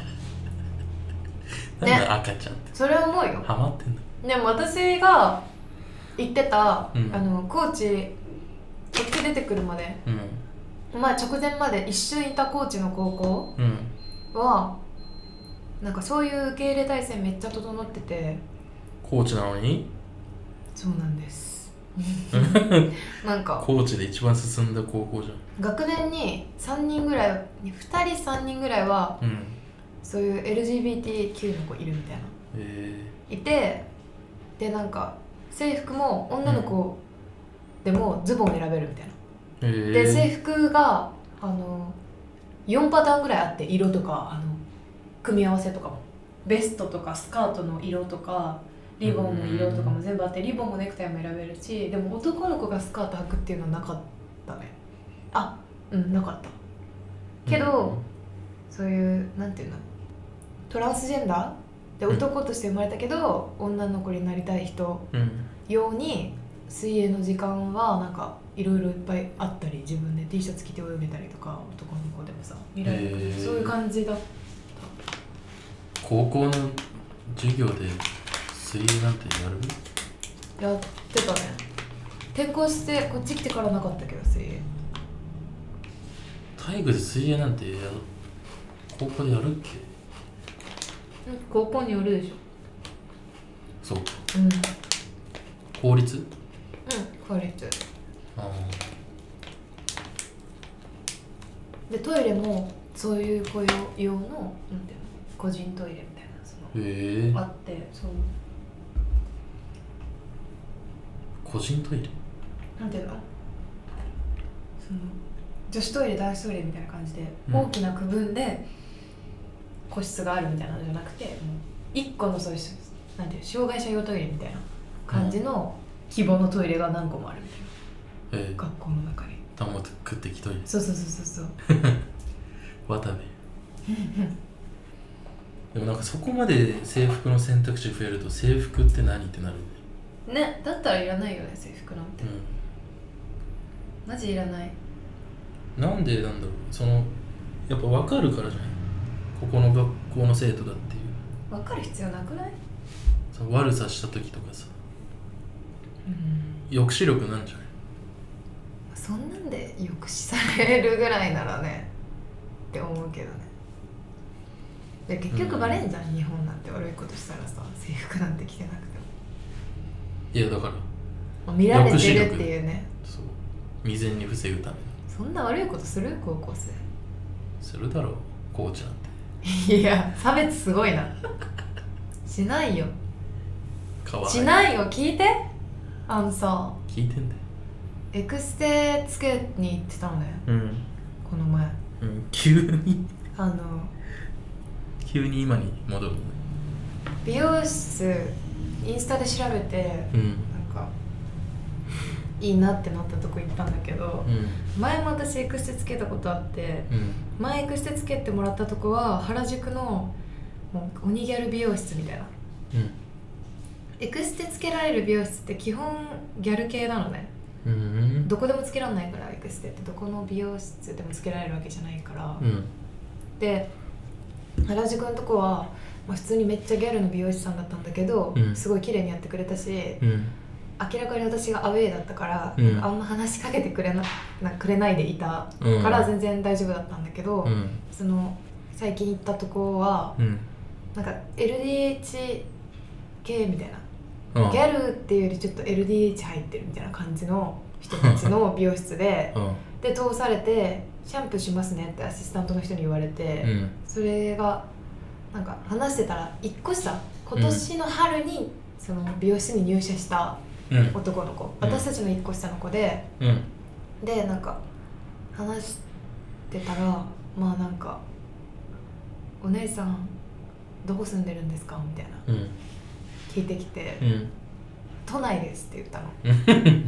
なんだ赤ちゃんって。 それ思うよ。 ハマってんだ。 でも私が行ってた、高知、こっち出てくるまで、まあ直前まで一緒にいた高知の高校は、なんかそういう受け入れ体制めっちゃ整ってて。 高知なのに？ そうなんです。 なんか高知で一番進んだ高校じゃん。 学年に3人ぐらい2人3人ぐらいは、うん、そういう LGBTQ の子いるみたいな、いて、でなんか制服も女の子でもズボン選べるみたいな、で制服が4パターンぐらいあって、色とか組み合わせとかも、ベストとかスカートの色とかリボンの色とかも全部あって、リボンもネクタイも選べるし、でも男の子がスカート履くっていうのはなかったね。なかったけど、そういうなんていうの、トランスジェンダーで男として生まれたけど、女の子になりたい人用に水泳の時間はなんかいろいろいっぱいあったり、自分で T シャツ着て泳げたりとか、男の子でもさ見られる、そういう感じだった。 高校の授業で水泳なんてやってたね。転校してこっち来てからなかったけど、水泳体育で水泳なんて高校でやるっけ？ 高校によるでしょ。 そうか。公立？ 公立。でトイレもそういう子用のなんていうの、個人トイレみたいな、そのあって、そう。 個人トイレ？ なんていうの？その女子トイレ男子トイレみたいな感じで、大きな区分で個室があるみたいなのじゃなくて、もう1個のそういうなんていう障害者用トイレみたいな感じの規模のトイレが何個もあるみたいな、学校の中に。 多目的トイレ。 そう渡部でもなんかそこまで制服の選択肢増えると、制服って何ってなるね。だったらいらないよね、制服なんて。マジいらない。 なんでなんだろう、そのやっぱ分かるからじゃない、ここの学校の生徒だっていう。 分かる必要なくない？ その悪さした時とかさ、抑止力なんじゃない？ そんなんで抑止されるぐらいならねって思うけどね。で結局バレんじゃん、日本なんて悪いことしたらさ、制服なんて着てなくても。 いやだから見られてるっていうね。 そう、未然に防ぐために。 そんな悪いことする？高校生するだろう、コーチなんて。いや差別すごいな。しないよ。しないよ。聞いて、さ、 聞いてんだよ。 エクステつけに行ってたのね、この前。 急に急に今に戻る。 美容室インスタで調べて、なんかいいなってなったとこ行ったんだけど、前も私エクステつけたことあって、前エクステつけてもらったとこは原宿のもう鬼ギャル美容室みたいな、エクステつけられる美容室って基本ギャル系なのね。どこでもつけられないから、エクステってどこの美容室でもつけられるわけじゃないから、で原宿のとこは、普通にめっちゃギャルの美容師さんだったんだけど、すごい綺麗にやってくれたし、明らかに私がアウェーだったから、あんま話しかけてくれないでいたから全然大丈夫だったんだけど、その最近行ったとこは、なんか LDH 系みたいな、ギャルっていうよりちょっと LDH 入ってるみたいな感じの人たちの美容室で、で通されてシャンプーしますねってアシスタントの人に言われて、それがなんか話してたら1個下、今年の春にその美容室に入社した男の子、私たちの1個下の子で、でなんか話してたら、なんかお姉さんどこ住んでるんですかみたいな、聞いてきて、都内ですって言ったの。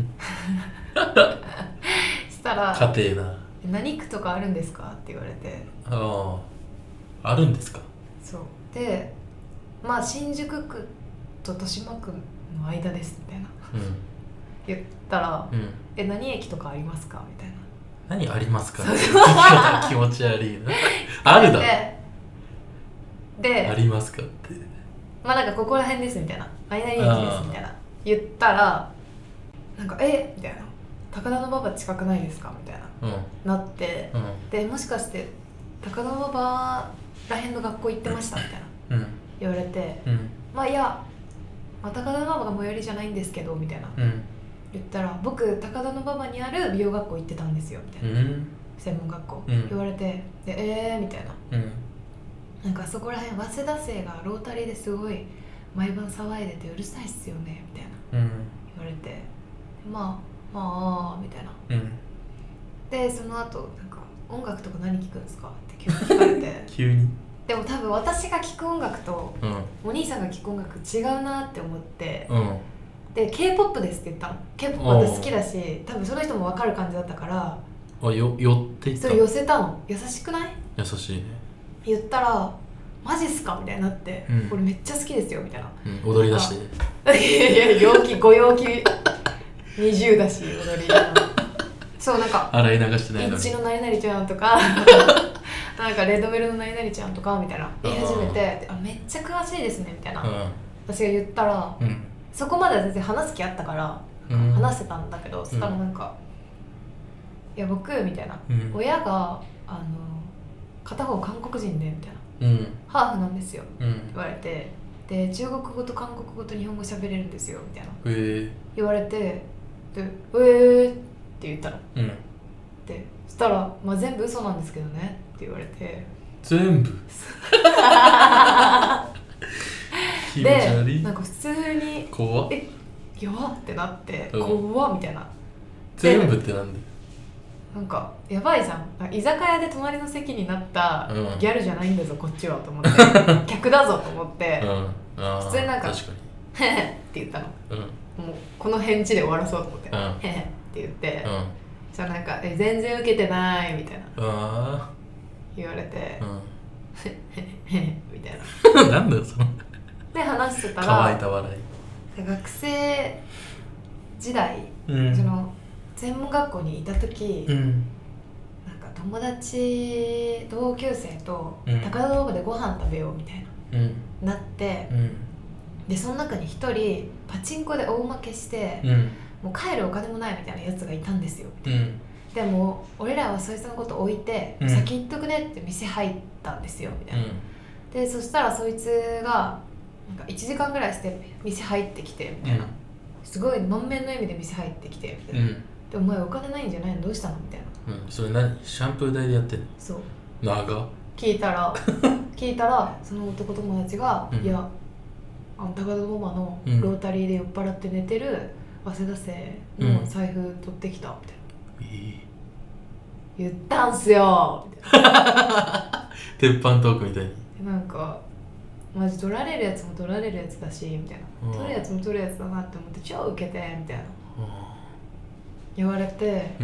したら家庭な、 何区とかあるんですかって言われて、 あるんですか。 そうで、新宿区と豊島区の間ですみたいな、言ったら、何駅とかありますかみたいな。 何ありますかって気持ち悪いな。あるだろでありますかって、 なんかここら辺ですみたいな、何々駅ですみたいな言ったら、なんかみたいな、高田馬場近くないですかみたいな、なって、でもしかして高田馬場らへんの学校行ってましたみたいな、言われて、いや、高田馬場が最寄りじゃないんですけどみたいな、 言ったら僕高田馬場にある美容学校行ってたんですよみたいな、専門学校、言われてでみたいな、なんかそこら辺早稲田生がロータリーですごい毎晩騒いでてうるさいっすよねみたいな、言われてまあみたいな、でその後なんか音楽とか何聴くんですかって急に聞かれて急にでも多分私が聴く音楽と、お兄さんが聴く音楽違うなって思って、で K-POP ですって言ったの。 K-POP 私好きだし多分その人も分かる感じだったから寄っていった。 そう寄せたの。優しくない？ 優しいね。 言ったらマジっすかみたいになって、俺めっちゃ好きですよみたいな、 踊り出していやご陽気20だし踊りそうなんか洗い流してないのにイッチの何々ちゃんとかなんかレッドベルの何々ちゃんとかみたいな言い始めてめっちゃ詳しいですねみたいな、私が言ったら、そこまでは全然話す気あったから、話せたんだけど、そしたらなんかいや僕みたいな、親が片方韓国人でみたいな、ハーフなんですよ、って言われて、で中国語と韓国語と日本語喋れるんですよみたいな、言われてでって言ったの、でそしたら、全部嘘なんですけどねって言われて全部でなんか普通に怖っ弱ってなって怖っみたいな。 全部ってなんでなんかやばいじゃん。居酒屋で隣の席になったギャルじゃないんだぞこっちはと思って客だぞと思って、普通になんか確かにへへって言ったの、もうこの返事で終わらそうと思って、へへって言って、じゃあなんか全然受けてないみたいな言われて、へへみたいななんだよそので話してたら乾いた笑い。 学生時代、その専門学校にいた時、なんか友達同級生と高田馬場でご飯食べようみたいな、なって、でその中に一人パチンコで大負けして、もう帰るお金もないみたいなやつがいたんですよ、でも俺らはそいつのこと置いて、先行っとくねって店入ったんですよみたいな、でそしたらそいつがなんか1時間ぐらいして店入ってきてみたいな、すごい満面の笑みで店入ってきてみたいな、でお前お金ないんじゃないのどうしたのみたいな、 それ何シャンプー代でやってんの？ そう長聞いたらその男友達が、いや高田馬場のロータリーで酔っ払って寝てる早稲田生の財布取ってきたみたいな、言ったんすよみたいな鉄板トークみたいになんかマジ取られるやつも取られるやつだしみたいな、取るやつも取るやつだなって思って超ウケてみたいな言われて、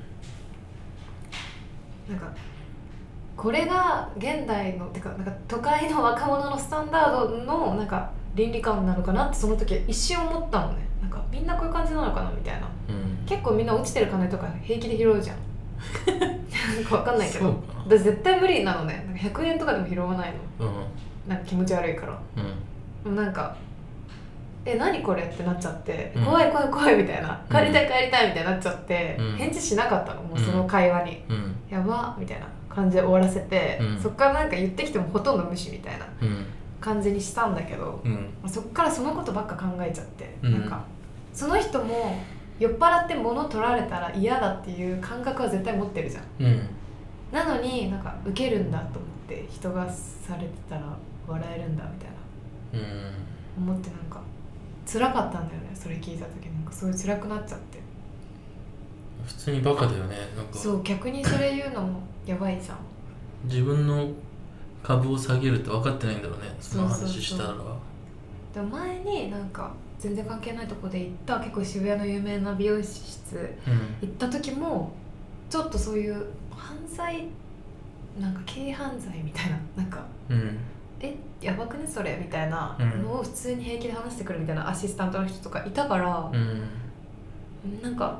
なんかこれが現代のてかなんか都会の若者のスタンダードのなんか倫理観なのかなってその時一瞬思ったのね。なんかみんなこういう感じなのかなみたいな、結構みんな落ちてる金とか平気で拾うじゃんなんか分かんないけど私絶対無理なのね。なんか100円とかでも拾わないの、なんか気持ち悪いから、でもなんか何これってなっちゃって、怖いみたいな、帰りたいみたいになっちゃって、返事しなかったのもうその会話に、やばみたいな感じで終わらせて、そっからなんか言ってきてもほとんど無視みたいな感じにしたんだけど、そっからそのことばっか考えちゃって、なんかその人も酔っ払って物取られたら嫌だっていう感覚は絶対持ってるじゃん、なのになんかウケるんだと思って、人がされてたら笑えるんだみたいな、思ってなんか辛かったんだよね。それ聞いた時なんかすごい辛くなっちゃって。 普通にバカだよね。なんかそう逆にそれ言うのもやばいじゃん。 自分の株を下げるって分かってないんだろうね。その話したら。 でも前になんか全然関係ないとこで行った結構渋谷の有名な美容室行った時も、ちょっとそういう犯罪なんか軽犯罪みたいななんか、やばくねそれみたいなのを普通に平気で話してくるみたいなアシスタントの人とかいたから、なんか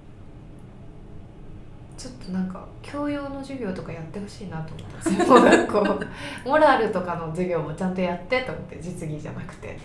ちょっとなんか教養の授業とかやってほしいなと思ったんですよ学校モラルとかの授業もちゃんとやってと思って、実技じゃなくて、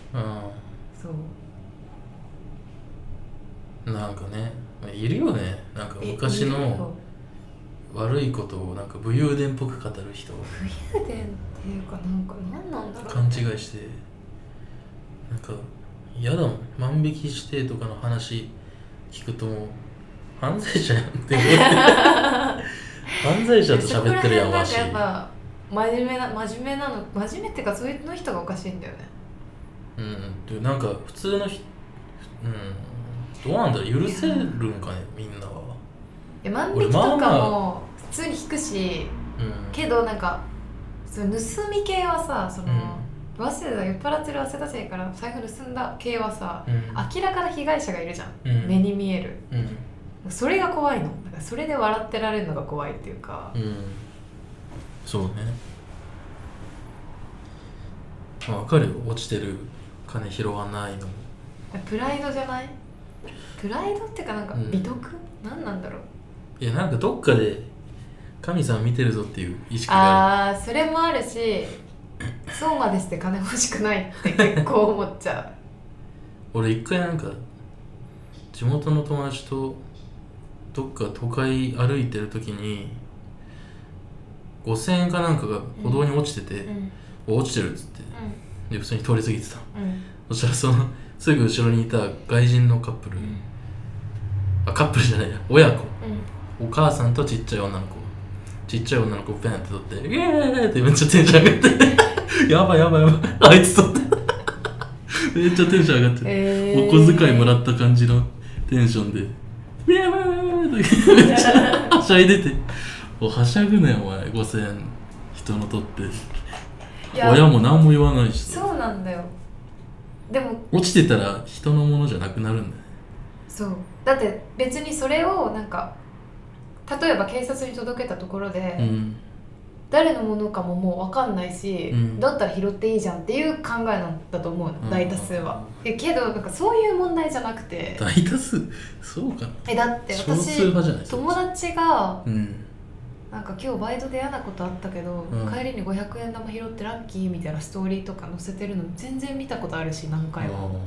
そうなんかねいるよね。なんか昔の悪いことをなんか武勇伝っぽく語る人。 武勇伝っていうかなんか何なんだろう、 勘違いしてなんか嫌だもん。万引きしてとかの話聞くともう犯罪者やんって思って犯罪者と喋ってるやんわし。 やっぱ真面目なの、真面目っていうかそういうの人がおかしいんだよね。 でなんか普通の人、どうなんだろう、許せるんかねみんなは。 万引きとかも普通に引くし、けどなんかその盗み系はさ、その、早稲田酔っ払ってる早稲田生から財布盗んだ系はさ、明らかな被害者がいるじゃん、目に見える、それが怖いの。だからそれで笑ってられるのが怖いっていうか、 そうね。わかるよ、落ちてる金拾わないの。 プライドじゃない？プライドってかなんか美徳、何なんだろう。 いやなんかどっかで神さん見てるぞっていう意識がある。それもあるし、そうまでして金欲しくないって結構思っちゃう俺一回なんか地元の友達とどっか都会歩いてる時に5000円かなんかが歩道に落ちてて、落ちてるっつって、で普通に通り過ぎてた、そしたらそのすぐ後ろにいた外人のカップル、カップルじゃないや、親子、お母さんとちっちゃい女の子をペンって取ってイエーイってめっちゃテンション上がってやばいあいつ取ってめっちゃテンション上がって、お小遣いもらった感じのテンションでイエーイってめっちゃはしゃいでて、はしゃぐねんお前、5000円人の取って親も何も言わないし。 そうなんだよ。でも落ちてたら人のものじゃなくなるんだよね。 そうだって別にそれをなんか例えば警察に届けたところで、誰のものかももう分かんないし、だったら拾っていいじゃんっていう考えなんだと思うの、大多数は。けどなんかそういう問題じゃなくて。 大多数そうかな。 だって私友達が、なんか今日バイトで嫌なことあったけど、帰りに500円玉拾ってラッキーみたいなストーリーとか載せてるの全然見たことあるし、何回も。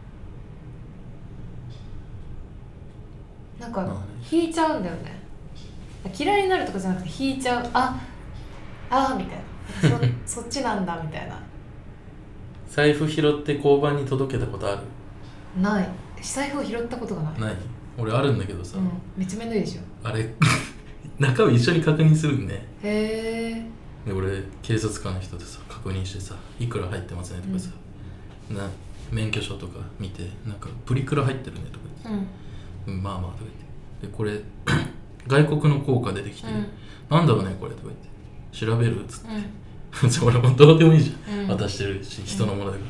なんか引いちゃうんだよね。嫌いになるとかじゃなくて引いちゃう。みたいなそっちなんだみたいな。 財布拾って交番に届けたことある？ ない。財布を拾ったことがない。 俺あるんだけどさ、 めっちゃめんどいでしょあれ中身一緒に確認するんね。 へえ。で俺警察官の人でさ確認してさ、いくら入ってますねとかさ、免許証とか見て、なんかプリクラ入ってるねとか言って、まあとか言って、でこれ外国の効果出てきて、なんだろうねこれとか言って調べるっつって、俺もどうでもいいじゃん、渡してるし人のものだから、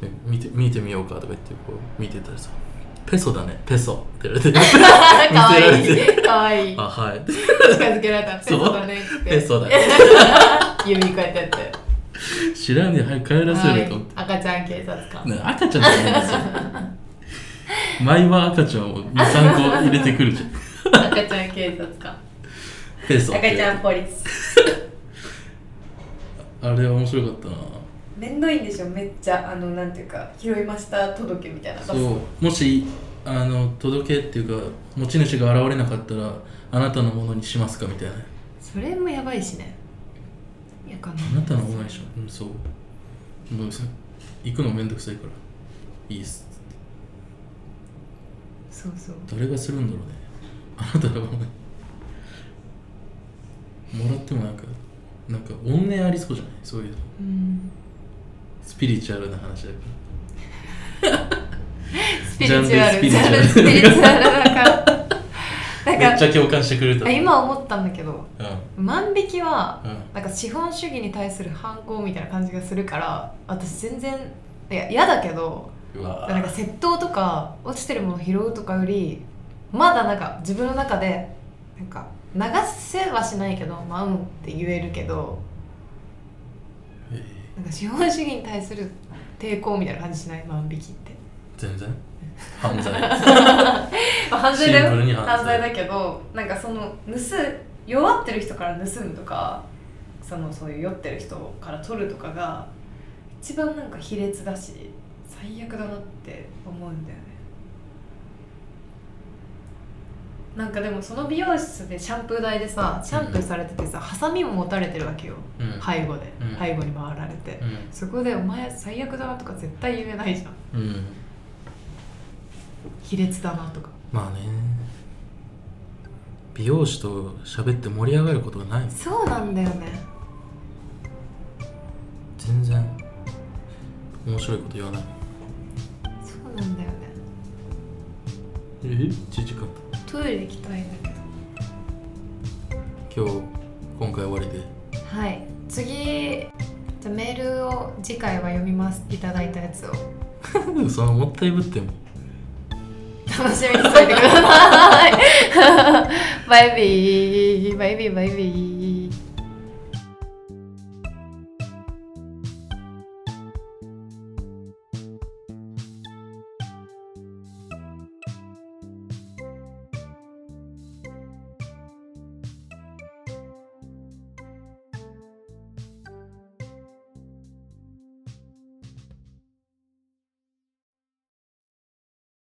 見てみようかとか言ってこう見てたらさ、ペソだねペソって言われて見せられて、 かわいいはい近づけられたらペソだねってペソだね指こうやってやって知らんねえ、早く帰らせると思って、 赤ちゃん警察官、 赤ちゃんじゃないんですよ毎晩赤ちゃんを 2,3 個入れてくるじゃん赤ちゃん警察官ペソ赤ちゃんポリスあれは面白かったな。 めんどいんでしょめっちゃ。なんていうか拾いました届けみたいな。 そうもし届けっていうか持ち主が現れなかったらあなたのものにしますかみたいな。 それもやばいしね。 あなたのものでしょ、そうもう行くのめんどくさいからいいっす。 そう誰がするんだろうね、あなたのものもらってもなんか怨念ありそうじゃない、そういうの、スピリチュアルな話だからスピリチュアルなんかめっちゃ共感してくれた。 今思ったんだけど、万引きは、なんか資本主義に対する反抗みたいな感じがするから、私全然嫌だけど、なんか窃盗とか落ちてるもの拾うとかよりまだなんか自分の中でなんか流せはしないけどって言えるけど、なんか資本主義に対する抵抗みたいな感じしない？万引きって全然犯罪犯罪だよ、犯罪だけど、なんかその弱ってる人から盗むとか、そういう酔ってる人から取るとかが一番なんか卑劣だし最悪だなって思うんだよね。なんかでもその美容室でシャンプー台でさ、シャンプーされててさ、ハサミも持たれてるわけよ、背後で、背後に回られて、そこでお前最悪だなとか絶対言えないじゃん、 卑劣だなとか。 まあね、美容師と喋って盛り上がることがない。 そうなんだよね。 全然面白いこと言わない。 そうなんだよね。 1時間トイレ行きたいんだけど。今回終わりで。 はい、次じゃあメールを次回は読みます。いただいたやつをそのもったいぶっても楽しみにしておいてくださいバイビーバイビーバイビー。